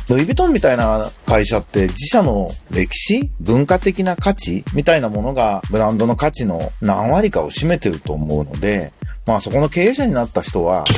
ルイ・ヴィトンみたいな会社って自社の歴史、文化的な価値みたいなものがブランドの価値の何割かを占めてると思うので、そこの経営者になった人は、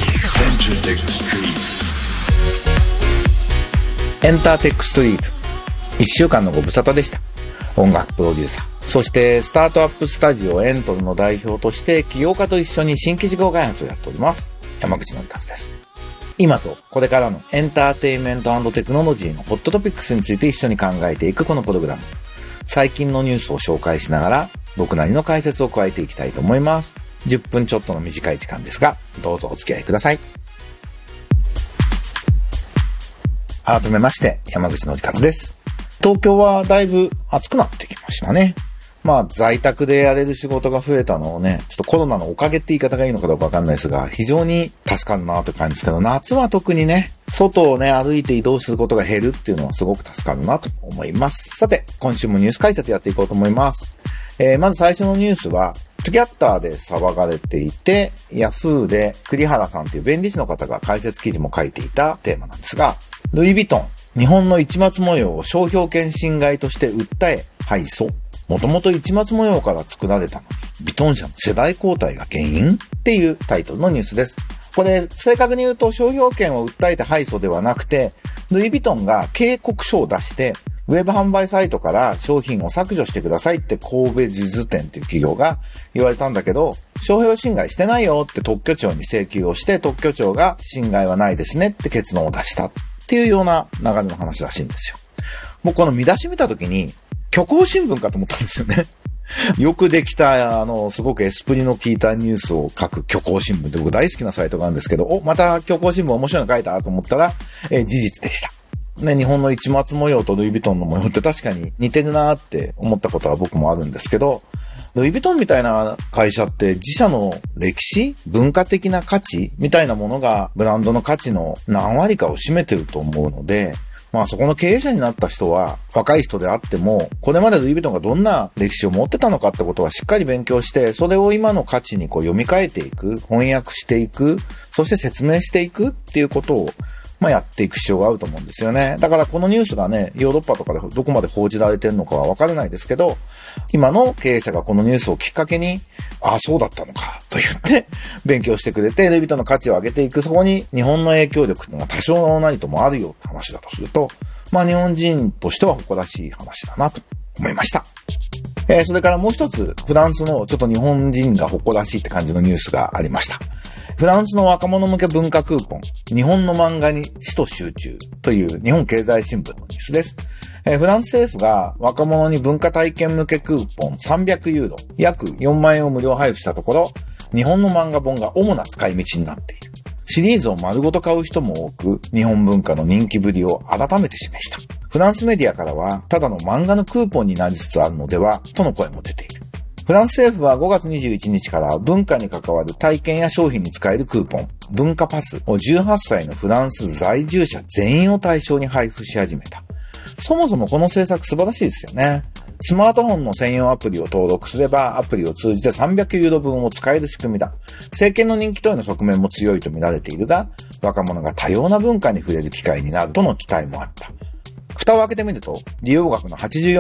エンターテックストリート。1週間のご無沙汰でした。音楽プロデューサー。そしてスタートアップスタジオエントルの代表として起業家と一緒に新規事業開発をやっております。山口のりかずです。今とこれからのエンターテインメント&テクノロジーのホットトピックスについて一緒に考えていくこのプログラム。最近のニュースを紹介しながら僕なりの解説を加えていきたいと思います。10分ちょっとの短い時間ですが、どうぞお付き合いください。改めまして山口のりかずです。東京はだいぶ暑くなってきましたね。在宅でやれる仕事が増えたのをね、ちょっとコロナのおかげって言い方がいいのかどうかわかんないですが、非常に助かるなという感じですけど、夏は特にね、外をね、歩いて移動することが減るっていうのはすごく助かるなと思います。さて、今週もニュース解説やっていこうと思います。まず最初のニュースは、ツギャッターで騒がれていて、ヤフーで栗原さんという弁理士の方が解説記事も書いていたテーマなんですが、ルイ・ヴィトン、日本の市松模様を商標権侵害として訴え敗訴。もともと市松模様から作られたのに、ヴィトン社の世代交代が原因っていうタイトルのニュースです。これ、正確に言うと商標権を訴えて敗訴ではなくて、ルイ・ヴィトンが警告書を出して、ウェブ販売サイトから商品を削除してくださいって神戸数珠店っていう企業が言われたんだけど、商標侵害してないよって特許庁に請求をして、特許庁が侵害はないですねって結論を出したっていうような流れの話らしいんですよ。もうこの見出し見たときに、虚構新聞かと思ったんですよね。よくできた、すごくエスプリの効いたニュースを書く虚構新聞って僕大好きなサイトがあるんですけど、また虚構新聞面白いの書いたと思ったら、事実でした。ね、日本の市松模様とルイ・ヴィトンの模様って確かに似てるなーって思ったことは僕もあるんですけど、ルイ・ヴィトンみたいな会社って自社の歴史、文化的な価値みたいなものがブランドの価値の何割かを占めてると思うので、そこの経営者になった人は若い人であっても、これまでルイ・ヴィトンがどんな歴史を持ってたのかってことはしっかり勉強して、それを今の価値に読み替えていく、翻訳していく、そして説明していくっていうことをやっていく必要があると思うんですよね。だからこのニュースがね、ヨーロッパとかでどこまで報じられてるのかはわからないですけど、今の経営者がこのニュースをきっかけに、そうだったのかと言って勉強してくれて、ルイ・ヴィトンの価値を上げていく、そこに日本の影響力っていうのは多少なりともあるよって話だとすると、日本人としては誇らしい話だなと思いました。それからもう一つ、フランスのちょっと日本人が誇らしいって感じのニュースがありました。フランスの若者向け文化クーポン、日本の漫画に使途集中という日本経済新聞のニュースです。フランス政府が若者に文化体験向けクーポン300ユーロ、約4万円を無料配布したところ、日本の漫画本が主な使い道になっている。シリーズを丸ごと買う人も多く、日本文化の人気ぶりを改めて示した。フランスメディアからは、ただの漫画のクーポンになりつつあるのでは、との声も出ている。フランス政府は5月21日から文化に関わる体験や商品に使えるクーポン、文化パスを18歳のフランス在住者全員を対象に配布し始めた。そもそもこの政策素晴らしいですよね。スマートフォンの専用アプリを登録すれば、アプリを通じて300ユーロ分を使える仕組みだ。政権の人気投与の側面も強いと見られているが、若者が多様な文化に触れる機会になるとの期待もあった。蓋を開けてみると、利用額の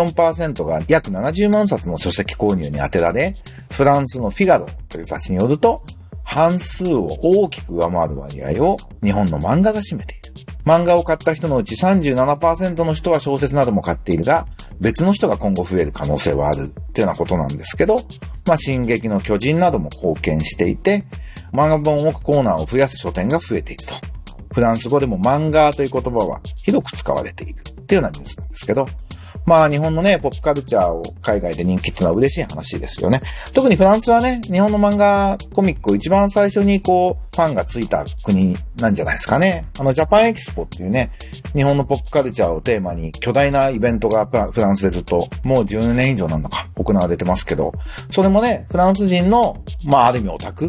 84% が約70万冊の書籍購入に充てられ、フランスのフィガロという雑誌によると、半数を大きく上回る割合を日本の漫画が占めている。漫画を買った人のうち 37% の人は小説なども買っているが、別の人が今後増える可能性はあるっていうようなことなんですけど、進撃の巨人なども貢献していて、漫画本置くコーナーを増やす書店が増えていると。フランス語でも漫画という言葉は広く使われているっていうようなニュースなんですけど、日本のね、ポップカルチャーを海外で人気っていうのは嬉しい話ですよね。特にフランスはね、日本の漫画コミックを一番最初にファンがついた国なんじゃないですかね。ジャパンエキスポっていうね、日本のポップカルチャーをテーマに巨大なイベントがフランスでずっともう10年以上なのか行われてますけど、それもね、フランス人の、ある意味オタク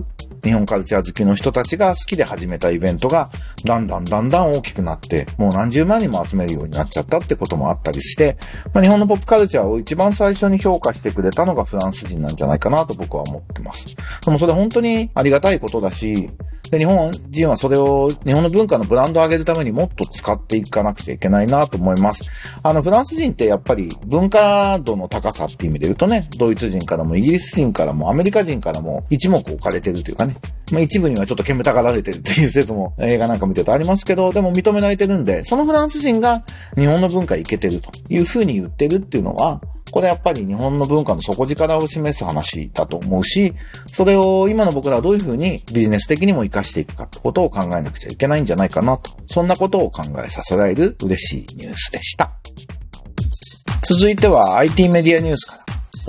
日本カルチャー好きの人たちが好きで始めたイベントが、だんだん大きくなって、もう何十万人も集めるようになっちゃったってこともあったりして、日本のポップカルチャーを一番最初に評価してくれたのがフランス人なんじゃないかなと僕は思ってます。でもそれ本当にありがたいことだし、で、日本人はそれを日本の文化のブランドを上げるためにもっと使っていかなくちゃいけないなと思います。フランス人ってやっぱり文化度の高さっていう意味で言うとね、ドイツ人からもイギリス人からもアメリカ人からも一目置かれてるというかね、一部にはちょっと煙たがられてるっていう説も映画なんか見てるとありますけど、でも認められてるんで、そのフランス人が日本の文化いけてるというふうに言ってるっていうのは、これやっぱり日本の文化の底力を示す話だと思うし、それを今の僕らはどういうふうにビジネス的にも活かしていくかってことを考えなくちゃいけないんじゃないかなと。そんなことを考えさせられる嬉しいニュースでした。続いては IT メディアニュースから。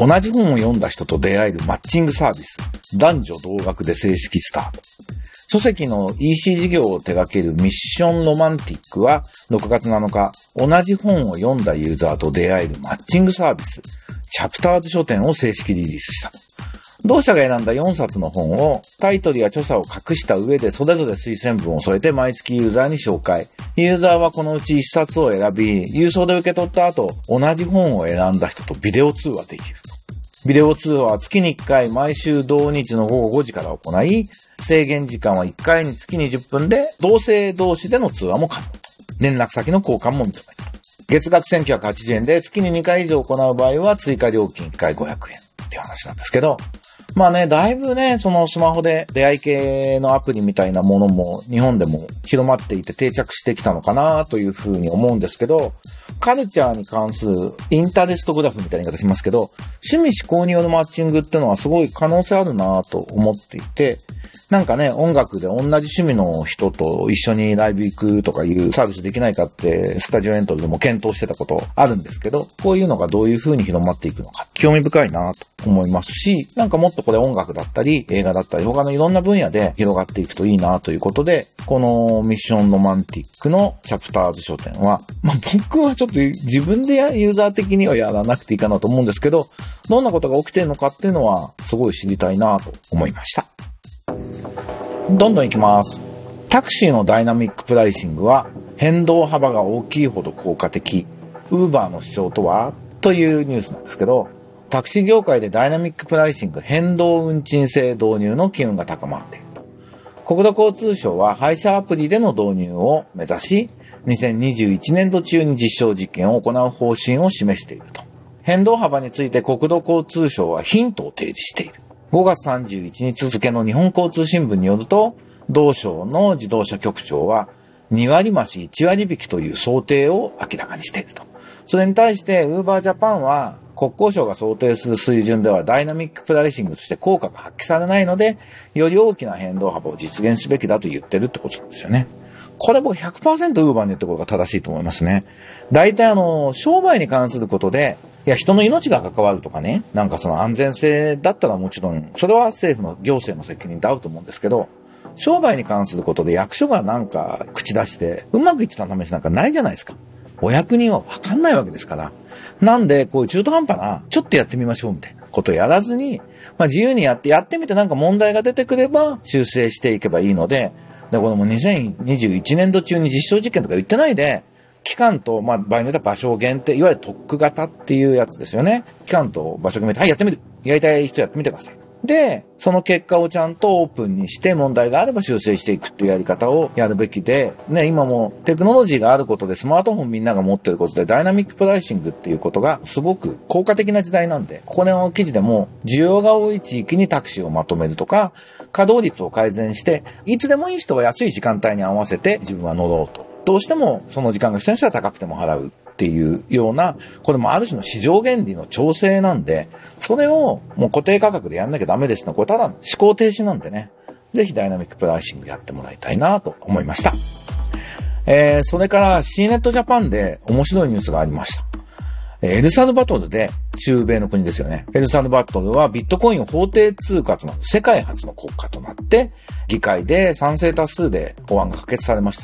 同じ本を読んだ人と出会えるマッチングサービス。男女同額で正式スタート。書籍の EC 事業を手掛けるミッションロマンティックは6月7日、同じ本を読んだユーザーと出会えるマッチングサービス、チャプターズ書店を正式リリースした。同社が選んだ4冊の本をタイトルや著者を隠した上でそれぞれ推薦文を添えて毎月ユーザーに紹介。ユーザーはこのうち1冊を選び、郵送で受け取った後、同じ本を選んだ人とビデオ通話できると。ビデオ通話は月に1回毎週同日の午後5時から行い、制限時間は1回につき20分で、同性同士での通話も可能と。連絡先の交換も認めると。月額1980円で月に2回以上行う場合は追加料金1回500円っていう話なんですけど、だいぶね、そのスマホで出会い系のアプリみたいなものも日本でも広まっていて定着してきたのかなというふうに思うんですけど、カルチャーに関するインタレストグラフみたいな言い方しますけど、趣味嗜好によるマッチングっていうのはすごい可能性あるなと思っていて、なんかね、音楽で同じ趣味の人と一緒にライブ行くとかいうサービスできないかってスタジオエントリーでも検討してたことあるんですけど、こういうのがどういう風に広まっていくのか興味深いなと思いますし、なんかもっとこれ音楽だったり映画だったり他のいろんな分野で広がっていくといいなということで、このミッションロマンティックのチャプターズ書店は、僕はちょっと自分でユーザー的にはやらなくていいかなと思うんですけど、どんなことが起きてるのかっていうのはすごい知りたいなと思いました。どんどん行きます。タクシーのダイナミックプライシングは変動幅が大きいほど効果的。ウーバーの主張とはというニュースなんですけど、タクシー業界でダイナミックプライシング変動運賃制導入の機運が高まっていると。国土交通省は配車アプリでの導入を目指し、2021年度中に実証実験を行う方針を示していると。変動幅について国土交通省はヒントを提示している。5月31日付の日本交通新聞によると、同省の自動車局長は2割増し1割引きという想定を明らかにしていると。それに対してウーバージャパンは国交省が想定する水準ではダイナミックプライシングとして効果が発揮されないので、より大きな変動幅を実現すべきだと言ってるってことなんですよね。これ僕 100% ウーバーに言ってことが正しいと思いますね。大体商売に関することで、人の命が関わるとかね、なんかその安全性だったらもちろん、それは政府の行政の責任であると思うんですけど、商売に関することで役所がなんか口出して、うまくいってた試しなんかないじゃないですか。お役人はわかんないわけですから。なんで、こういう中途半端な、ちょっとやってみましょうみたいなことをやらずに、自由にやってみてなんか問題が出てくれば修正していけばいいので、これも2021年度中に実証実験とか言ってないで、期間と、場合によっては場所を限定、いわゆる特区型っていうやつですよね。期間と場所を決めて、はい、やってみる。やりたい人やってみてください。で、その結果をちゃんとオープンにして問題があれば修正していくっていうやり方をやるべきで、ね、今もテクノロジーがあることでスマートフォンみんなが持ってることでダイナミックプライシングっていうことがすごく効果的な時代なんで、ここの記事でも需要が多い地域にタクシーをまとめるとか、稼働率を改善して、いつでもいい人は安い時間帯に合わせて自分は乗ろうと。どうしてもその時間が必要な人は高くても払うっていうような、これもある種の市場原理の調整なんで、それをもう固定価格でやんなきゃダメですの。これただの思考停止なんでね、ぜひダイナミックプライシングやってもらいたいなと思いました。それから C ネットジャパンで面白いニュースがありました。エルサルバトルで、中米の国ですよね。エルサルバトルはビットコインを法定通貨となる世界初の国家となって、議会で賛成多数で法案が可決されました。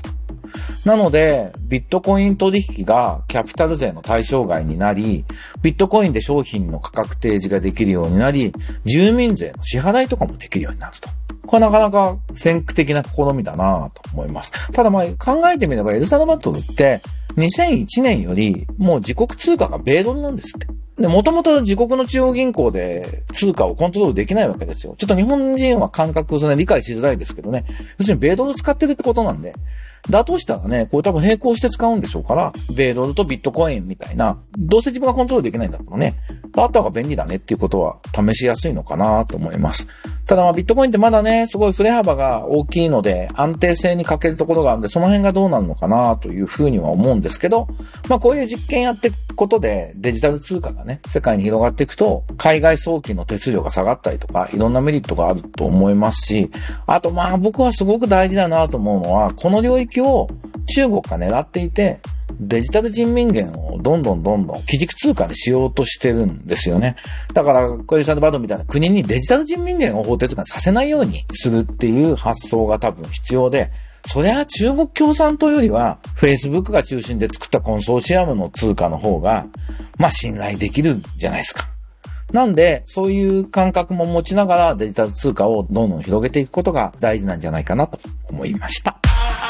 なので、ビットコイン取引がキャピタル税の対象外になり、ビットコインで商品の価格提示ができるようになり、住民税の支払いとかもできるようになると。これはなかなか先駆的な試みだなと思います。ただ考えてみればエルサルバドルって2001年よりもう自国通貨が米ドルなんですって。で、もともと自国の中央銀行で通貨をコントロールできないわけですよ。ちょっと日本人は感覚それ理解しづらいですけどね。要するに米ドル使ってるってことなんで。だとしたらね、これ多分並行して使うんでしょうから、米ドルとビットコインみたいな、どうせ自分がコントロールできないんだったらね、あった方が便利だねっていうことは試しやすいのかなと思います。ただビットコインってまだね、すごい振れ幅が大きいので、安定性に欠けるところがあるんで、その辺がどうなるのかなというふうには思うんですけど、こういう実験やっていくことで、デジタル通貨がね、世界に広がっていくと、海外送金の手数料が下がったりとか、いろんなメリットがあると思いますし、あと僕はすごく大事だなと思うのは、この領域を中国が狙っていて、デジタル人民元をどんどん基軸通貨にしようとしてるんですよね。だから、エルサルバドルみたいな国にデジタル人民元を法定通貨にさせないようにするっていう発想が多分必要で、そりゃ中国共産党よりは Facebook が中心で作ったコンソーシアムの通貨の方が、信頼できるじゃないですか。なんで、そういう感覚も持ちながらデジタル通貨をどんどん広げていくことが大事なんじゃないかなと思いました。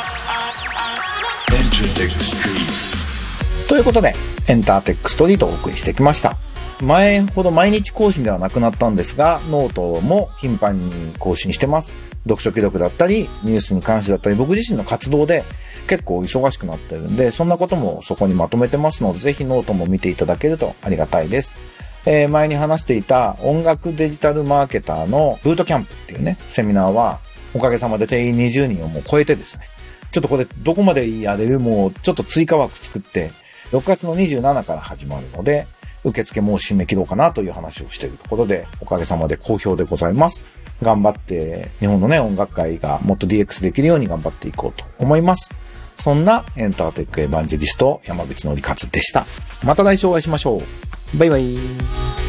ということで、エンターテックストリートをお送りしてきました。前ほど毎日更新ではなくなったんですが、ノートも頻繁に更新してます。読書記録だったり、ニュースに関してだったり、僕自身の活動で結構忙しくなってるんで、そんなこともそこにまとめてますので、ぜひノートも見ていただけるとありがたいです。前に話していた音楽デジタルマーケターのブートキャンプっていうね、セミナーはおかげさまで定員20人をもう超えてですね、ちょっとこれどこまでやれるもうちょっと追加枠作って、6月の27から始まるので、受付もう締め切ろうかなという話をしているところで、おかげさまで好評でございます。頑張って、日本のね、音楽界がもっと DX できるように頑張っていこうと思います。そんなエンターテックエヴァンジェリスト、山口のりかつでした。また来週お会いしましょう。バイバイ。